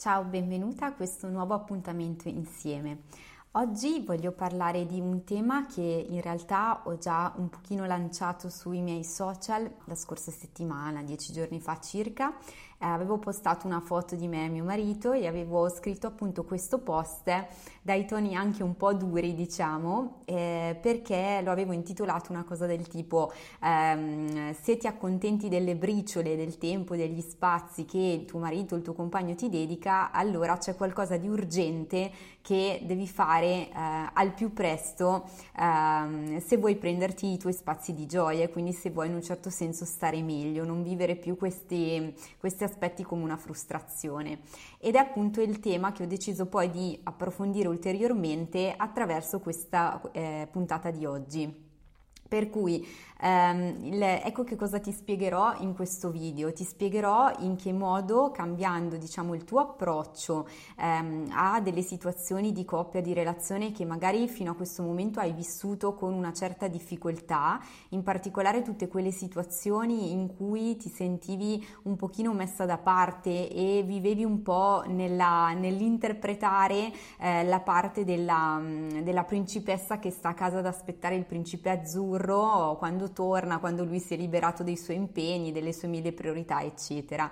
Ciao, benvenuta a questo nuovo appuntamento insieme. Oggi voglio parlare di un tema che in realtà ho già un pochino lanciato sui miei social la scorsa settimana, 10 giorni fa circa. Avevo postato una foto di me e mio marito e avevo scritto appunto questo post dai toni anche un po' duri, diciamo, perché lo avevo intitolato una cosa del tipo se ti accontenti delle briciole, del tempo, degli spazi che tuo marito, il tuo compagno ti dedica, allora c'è qualcosa di urgente che devi fare al più presto se vuoi prenderti i tuoi spazi di gioia, quindi se vuoi in un certo senso stare meglio, non vivere più questi aspetti come una frustrazione. Ed è appunto il tema che ho deciso poi di approfondire ulteriormente attraverso questa puntata di oggi. Per cui ecco che cosa ti spiegherò in questo video. Ti spiegherò in che modo, cambiando diciamo il tuo approccio a delle situazioni di coppia, di relazione che magari fino a questo momento hai vissuto con una certa difficoltà, in particolare tutte quelle situazioni in cui ti sentivi un pochino messa da parte e vivevi un po' nell'interpretare la parte della principessa che sta a casa ad aspettare il principe azzurro quando torna, quando lui si è liberato dei suoi impegni, delle sue mille priorità, eccetera.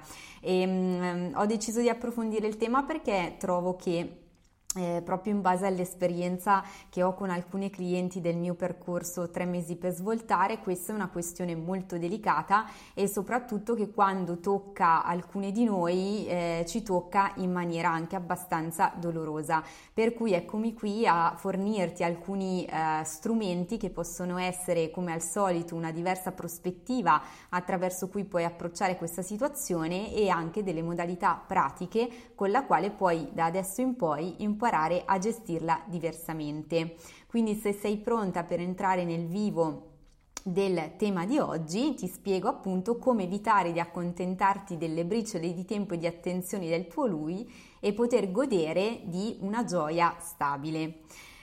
Ho deciso di approfondire il tema perché trovo che proprio in base all'esperienza che ho con alcuni clienti del mio percorso 3 mesi per svoltare, questa è una questione molto delicata e soprattutto che quando tocca alcune di noi ci tocca in maniera anche abbastanza dolorosa, per cui eccomi qui a fornirti alcuni strumenti che possono essere come al solito una diversa prospettiva attraverso cui puoi approcciare questa situazione e anche delle modalità pratiche con la quale puoi da adesso in poi imparare a gestirla diversamente. Quindi se sei pronta per entrare nel vivo del tema di oggi, ti spiego appunto come evitare di accontentarti delle briciole di tempo e di attenzione del tuo lui e poter godere di una gioia stabile.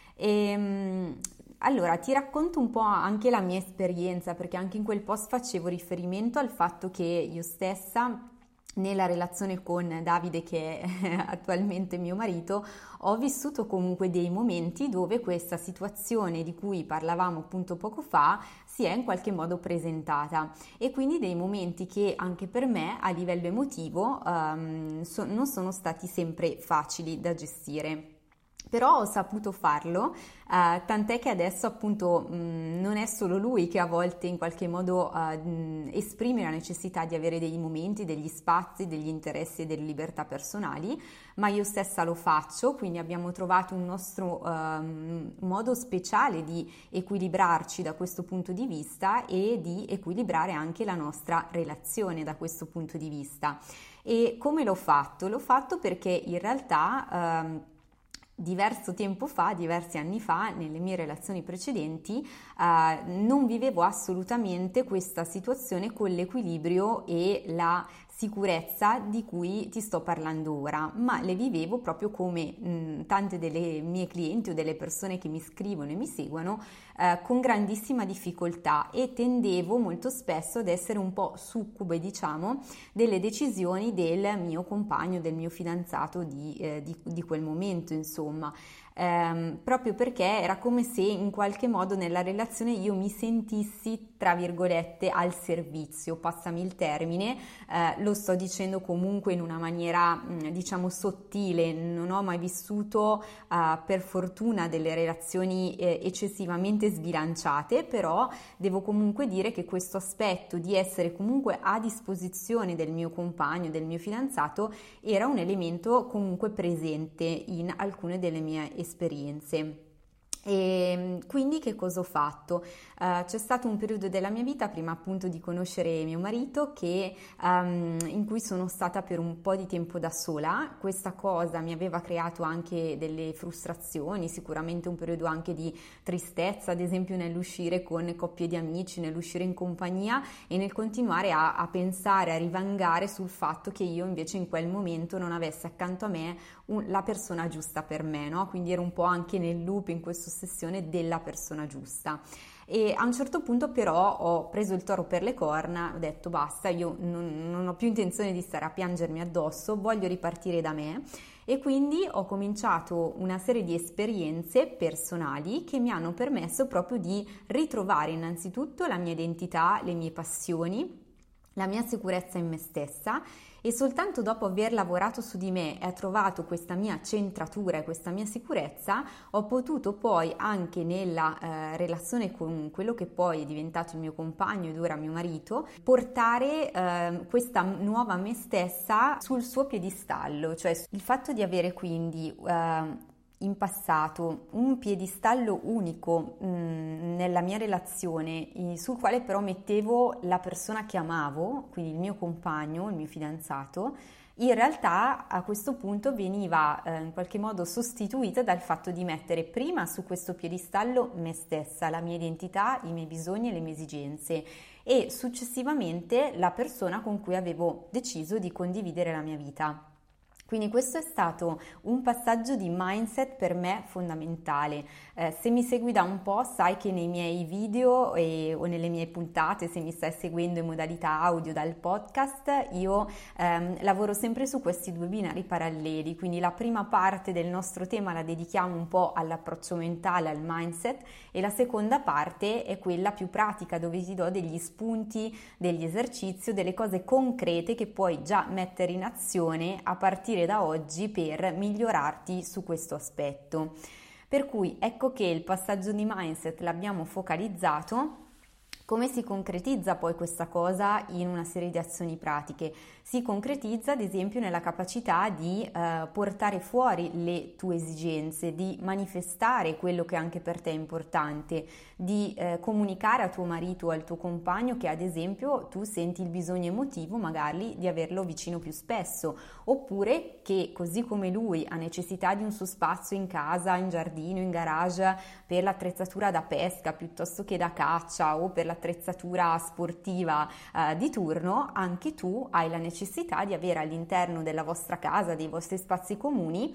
Allora, ti racconto un po' anche la mia esperienza, perché anche in quel post facevo riferimento al fatto che io stessa nella relazione con Davide, che è attualmente mio marito, ho vissuto comunque dei momenti dove questa situazione di cui parlavamo appunto poco fa si è in qualche modo presentata e quindi dei momenti che anche per me a livello emotivo non sono stati sempre facili da gestire. Però ho saputo farlo, tant'è che adesso appunto non è solo lui che a volte in qualche modo esprime la necessità di avere dei momenti, degli spazi, degli interessi e delle libertà personali, ma io stessa lo faccio, quindi abbiamo trovato un nostro modo speciale di equilibrarci da questo punto di vista e di equilibrare anche la nostra relazione da questo punto di vista. E come l'ho fatto? L'ho fatto perché in realtà diverso tempo fa, diversi anni fa, nelle mie relazioni precedenti, non vivevo assolutamente questa situazione con l'equilibrio e la sicurezza di cui ti sto parlando ora, ma le vivevo proprio come tante delle mie clienti o delle persone che mi scrivono e mi seguono con grandissima difficoltà e tendevo molto spesso ad essere un po' succube, diciamo, delle decisioni del mio compagno, del mio fidanzato di quel momento, insomma. Proprio perché era come se in qualche modo nella relazione io mi sentissi tra virgolette al servizio, passami il termine, lo sto dicendo comunque in una maniera diciamo sottile, non ho mai vissuto per fortuna delle relazioni eccessivamente sbilanciate, però devo comunque dire che questo aspetto di essere comunque a disposizione del mio compagno, del mio fidanzato, era un elemento comunque presente in alcune delle mie esperienze. E quindi che cosa ho fatto? C'è stato un periodo della mia vita, prima appunto di conoscere mio marito, in cui sono stata per un po' di tempo da sola. Questa cosa mi aveva creato anche delle frustrazioni, sicuramente un periodo anche di tristezza, ad esempio nell'uscire con coppie di amici, nell'uscire in compagnia e nel continuare a pensare, a rivangare sul fatto che io invece in quel momento non avessi accanto a me la persona giusta per me, no? Quindi ero un po' anche nel loop, in questa ossessione della persona giusta. E a un certo punto però ho preso il toro per le corna, ho detto basta, io non ho più intenzione di stare a piangermi addosso, voglio ripartire da me. E quindi ho cominciato una serie di esperienze personali che mi hanno permesso proprio di ritrovare innanzitutto la mia identità, le mie passioni, la mia sicurezza in me stessa, e soltanto dopo aver lavorato su di me e trovato questa mia centratura e questa mia sicurezza, ho potuto poi anche nella relazione con quello che poi è diventato il mio compagno ed ora mio marito, portare questa nuova me stessa sul suo piedistallo, cioè il fatto di avere quindi in passato un piedistallo unico nella mia relazione, sul quale però mettevo la persona che amavo, quindi il mio compagno, il mio fidanzato, in realtà a questo punto veniva in qualche modo sostituita dal fatto di mettere prima su questo piedistallo me stessa, la mia identità, i miei bisogni e le mie esigenze, e successivamente la persona con cui avevo deciso di condividere la mia vita. Quindi questo è stato un passaggio di mindset per me fondamentale. Se mi segui da un po' sai che nei miei video o nelle mie puntate, se mi stai seguendo in modalità audio dal podcast, io lavoro sempre su questi due binari paralleli. Quindi la prima parte del nostro tema la dedichiamo un po' all'approccio mentale, al mindset, e la seconda parte è quella più pratica, dove ti do degli spunti, degli esercizi, delle cose concrete che puoi già mettere in azione a partire da oggi per migliorarti su questo aspetto. Per cui ecco che il passaggio di mindset l'abbiamo focalizzato. Come si concretizza poi questa cosa in una serie di azioni pratiche? Si concretizza ad esempio nella capacità di portare fuori le tue esigenze, di manifestare quello che anche per te è importante, di comunicare a tuo marito o al tuo compagno che ad esempio tu senti il bisogno emotivo magari di averlo vicino più spesso, oppure che così come lui ha necessità di un suo spazio in casa, in giardino, in garage per l'attrezzatura da pesca piuttosto che da caccia o per l'attrezzatura sportiva di turno, anche tu hai la necessità di avere all'interno della vostra casa, dei vostri spazi comuni,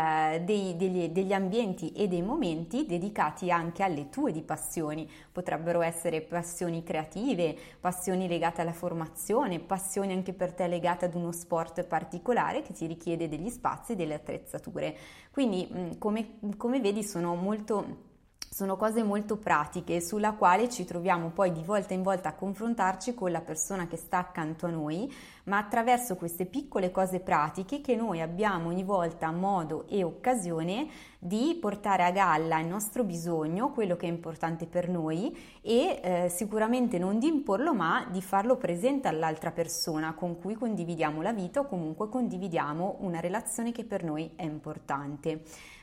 degli ambienti e dei momenti dedicati anche alle tue di passioni. Potrebbero essere passioni creative, passioni legate alla formazione, passioni anche per te legate ad uno sport particolare che ti richiede degli spazi e delle attrezzature. Quindi come vedi sono cose molto pratiche sulla quale ci troviamo poi di volta in volta a confrontarci con la persona che sta accanto a noi, ma attraverso queste piccole cose pratiche che noi abbiamo ogni volta modo e occasione di portare a galla il nostro bisogno, quello che è importante per noi, e sicuramente non di imporlo, ma di farlo presente all'altra persona con cui condividiamo la vita o comunque condividiamo una relazione che per noi è importante.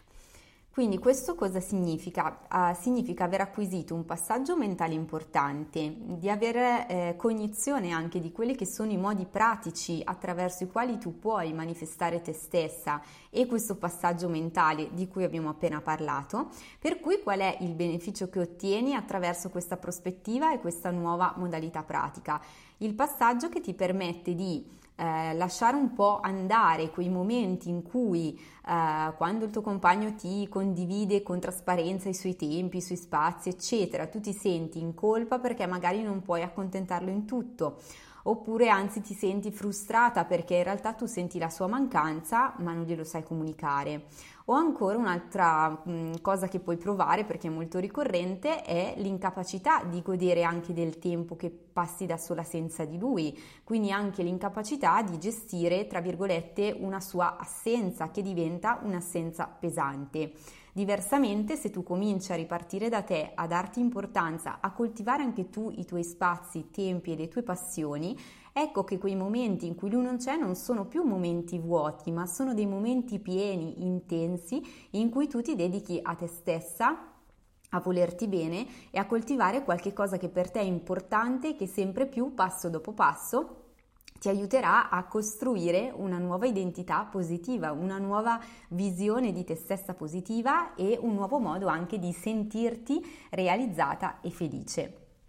Quindi questo cosa significa? Significa aver acquisito un passaggio mentale importante, di avere cognizione anche di quelli che sono i modi pratici attraverso i quali tu puoi manifestare te stessa e questo passaggio mentale di cui abbiamo appena parlato, per cui qual è il beneficio che ottieni attraverso questa prospettiva e questa nuova modalità pratica? Il passaggio che ti permette di lasciare un po' andare quei momenti in cui quando il tuo compagno ti condivide con trasparenza i suoi tempi, i suoi spazi, eccetera, tu ti senti in colpa perché magari non puoi accontentarlo in tutto, oppure anzi ti senti frustrata perché in realtà tu senti la sua mancanza ma non glielo sai comunicare. O ancora un'altra cosa che puoi provare, perché è molto ricorrente, è l'incapacità di godere anche del tempo che passi da sola senza di lui, quindi anche l'incapacità di gestire, tra virgolette, una sua assenza che diventa un'assenza pesante. Diversamente, se tu cominci a ripartire da te, a darti importanza, a coltivare anche tu i tuoi spazi, i tempi e le tue passioni, ecco che quei momenti in cui lui non c'è non sono più momenti vuoti, ma sono dei momenti pieni, intensi, in cui tu ti dedichi a te stessa, a volerti bene e a coltivare qualche cosa che per te è importante e che sempre più, passo dopo passo, ti aiuterà a costruire una nuova identità positiva, una nuova visione di te stessa positiva e un nuovo modo anche di sentirti realizzata e felice.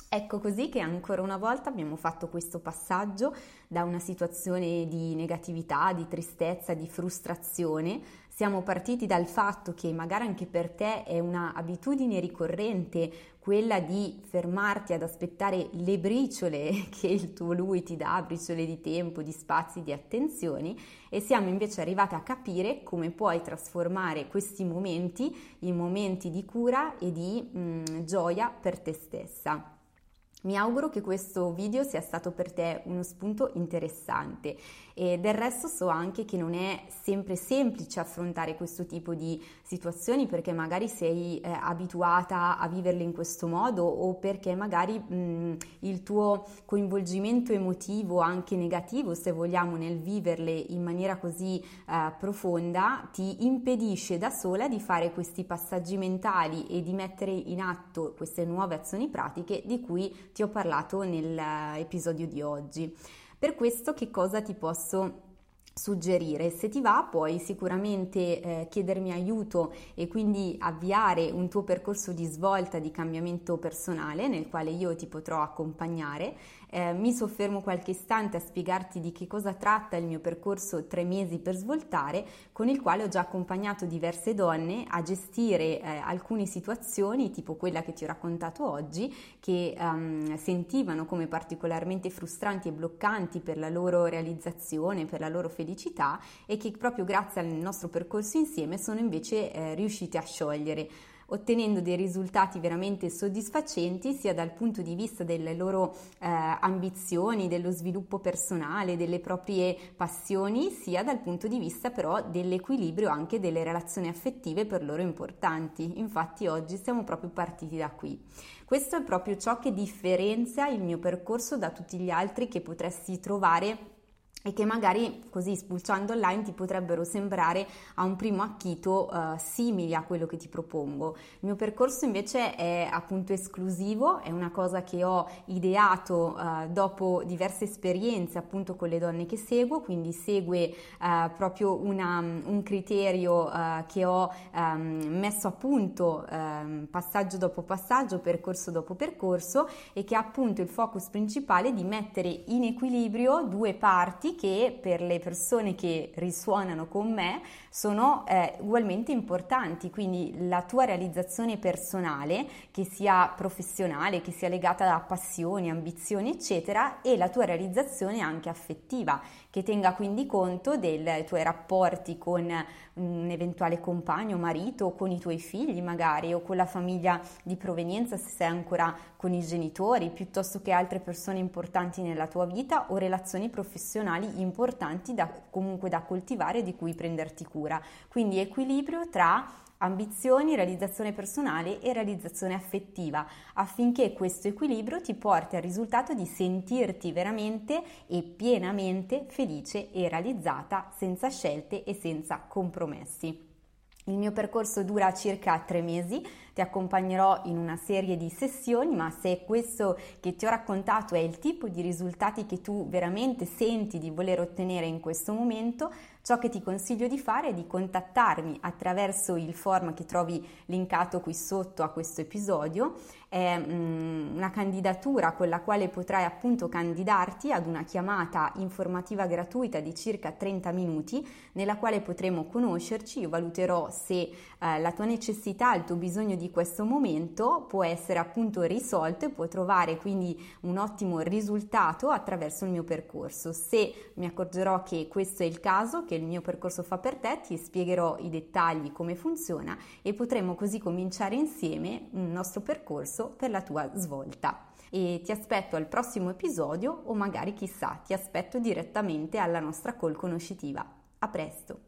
Ecco così che ancora una volta abbiamo fatto questo passaggio da una situazione di negatività, di tristezza, di frustrazione. Siamo partiti dal fatto che magari anche per te è una abitudine ricorrente quella di fermarti ad aspettare le briciole che il tuo lui ti dà, briciole di tempo, di spazi, di attenzioni, e siamo invece arrivati a capire come puoi trasformare questi momenti in momenti di cura e di gioia per te stessa. Mi auguro che questo video sia stato per te uno spunto interessante e del resto so anche che non è sempre semplice affrontare questo tipo di situazioni perché magari sei abituata a viverle in questo modo o perché magari il tuo coinvolgimento emotivo, anche negativo se vogliamo, nel viverle in maniera così profonda ti impedisce da sola di fare questi passaggi mentali e di mettere in atto queste nuove azioni pratiche di cui ti ho parlato nell'episodio di oggi. Per questo che cosa ti posso suggerire? Se ti va puoi sicuramente chiedermi aiuto e quindi avviare un tuo percorso di svolta di cambiamento personale nel quale io ti potrò accompagnare. Mi soffermo qualche istante a spiegarti di che cosa tratta il mio percorso 3 mesi per svoltare, con il quale ho già accompagnato diverse donne a gestire alcune situazioni tipo quella che ti ho raccontato oggi che sentivano come particolarmente frustranti e bloccanti per la loro realizzazione, per la loro felicità e che proprio grazie al nostro percorso insieme sono invece riuscite a sciogliere, ottenendo dei risultati veramente soddisfacenti sia dal punto di vista delle loro ambizioni, dello sviluppo personale, delle proprie passioni, sia dal punto di vista però dell'equilibrio anche delle relazioni affettive per loro importanti. Infatti oggi siamo proprio partiti da qui. Questo è proprio ciò che differenzia il mio percorso da tutti gli altri che potresti trovare e che magari così spulciando online ti potrebbero sembrare a un primo acchito simili a quello che ti propongo. Il mio percorso invece è appunto esclusivo, è una cosa che ho ideato dopo diverse esperienze appunto con le donne che seguo, quindi segue proprio un criterio che ho messo a punto passaggio dopo passaggio, percorso dopo percorso e che ha appunto il focus principale di mettere in equilibrio due parti che per le persone che risuonano con me sono ugualmente importanti, quindi la tua realizzazione personale, che sia professionale, che sia legata a passioni, ambizioni, eccetera, e la tua realizzazione anche affettiva, che tenga quindi conto dei tuoi rapporti con un eventuale compagno, marito, o con i tuoi figli magari, o con la famiglia di provenienza se sei ancora con i genitori, piuttosto che altre persone importanti nella tua vita o relazioni professionali importanti comunque da coltivare e di cui prenderti cura. Quindi equilibrio tra ambizioni, realizzazione personale e realizzazione affettiva, affinché questo equilibrio ti porti al risultato di sentirti veramente e pienamente felice e realizzata, senza scelte e senza compromessi. Il mio percorso dura circa 3 mesi, ti accompagnerò in una serie di sessioni, ma se questo che ti ho raccontato è il tipo di risultati che tu veramente senti di voler ottenere in questo momento, ciò che ti consiglio di fare è di contattarmi attraverso il form che trovi linkato qui sotto a questo episodio. È una candidatura con la quale potrai appunto candidarti ad una chiamata informativa gratuita di circa 30 minuti nella quale potremo conoscerci. Io valuterò se la tua necessità, il tuo bisogno di questo momento può essere appunto risolto e può trovare quindi un ottimo risultato attraverso il mio percorso. Se mi accorgerò che questo è il caso, che il mio percorso fa per te, ti spiegherò i dettagli, come funziona e potremo così cominciare insieme il nostro percorso per la tua svolta. E ti aspetto al prossimo episodio o magari chissà ti aspetto direttamente alla nostra call conoscitiva. A presto!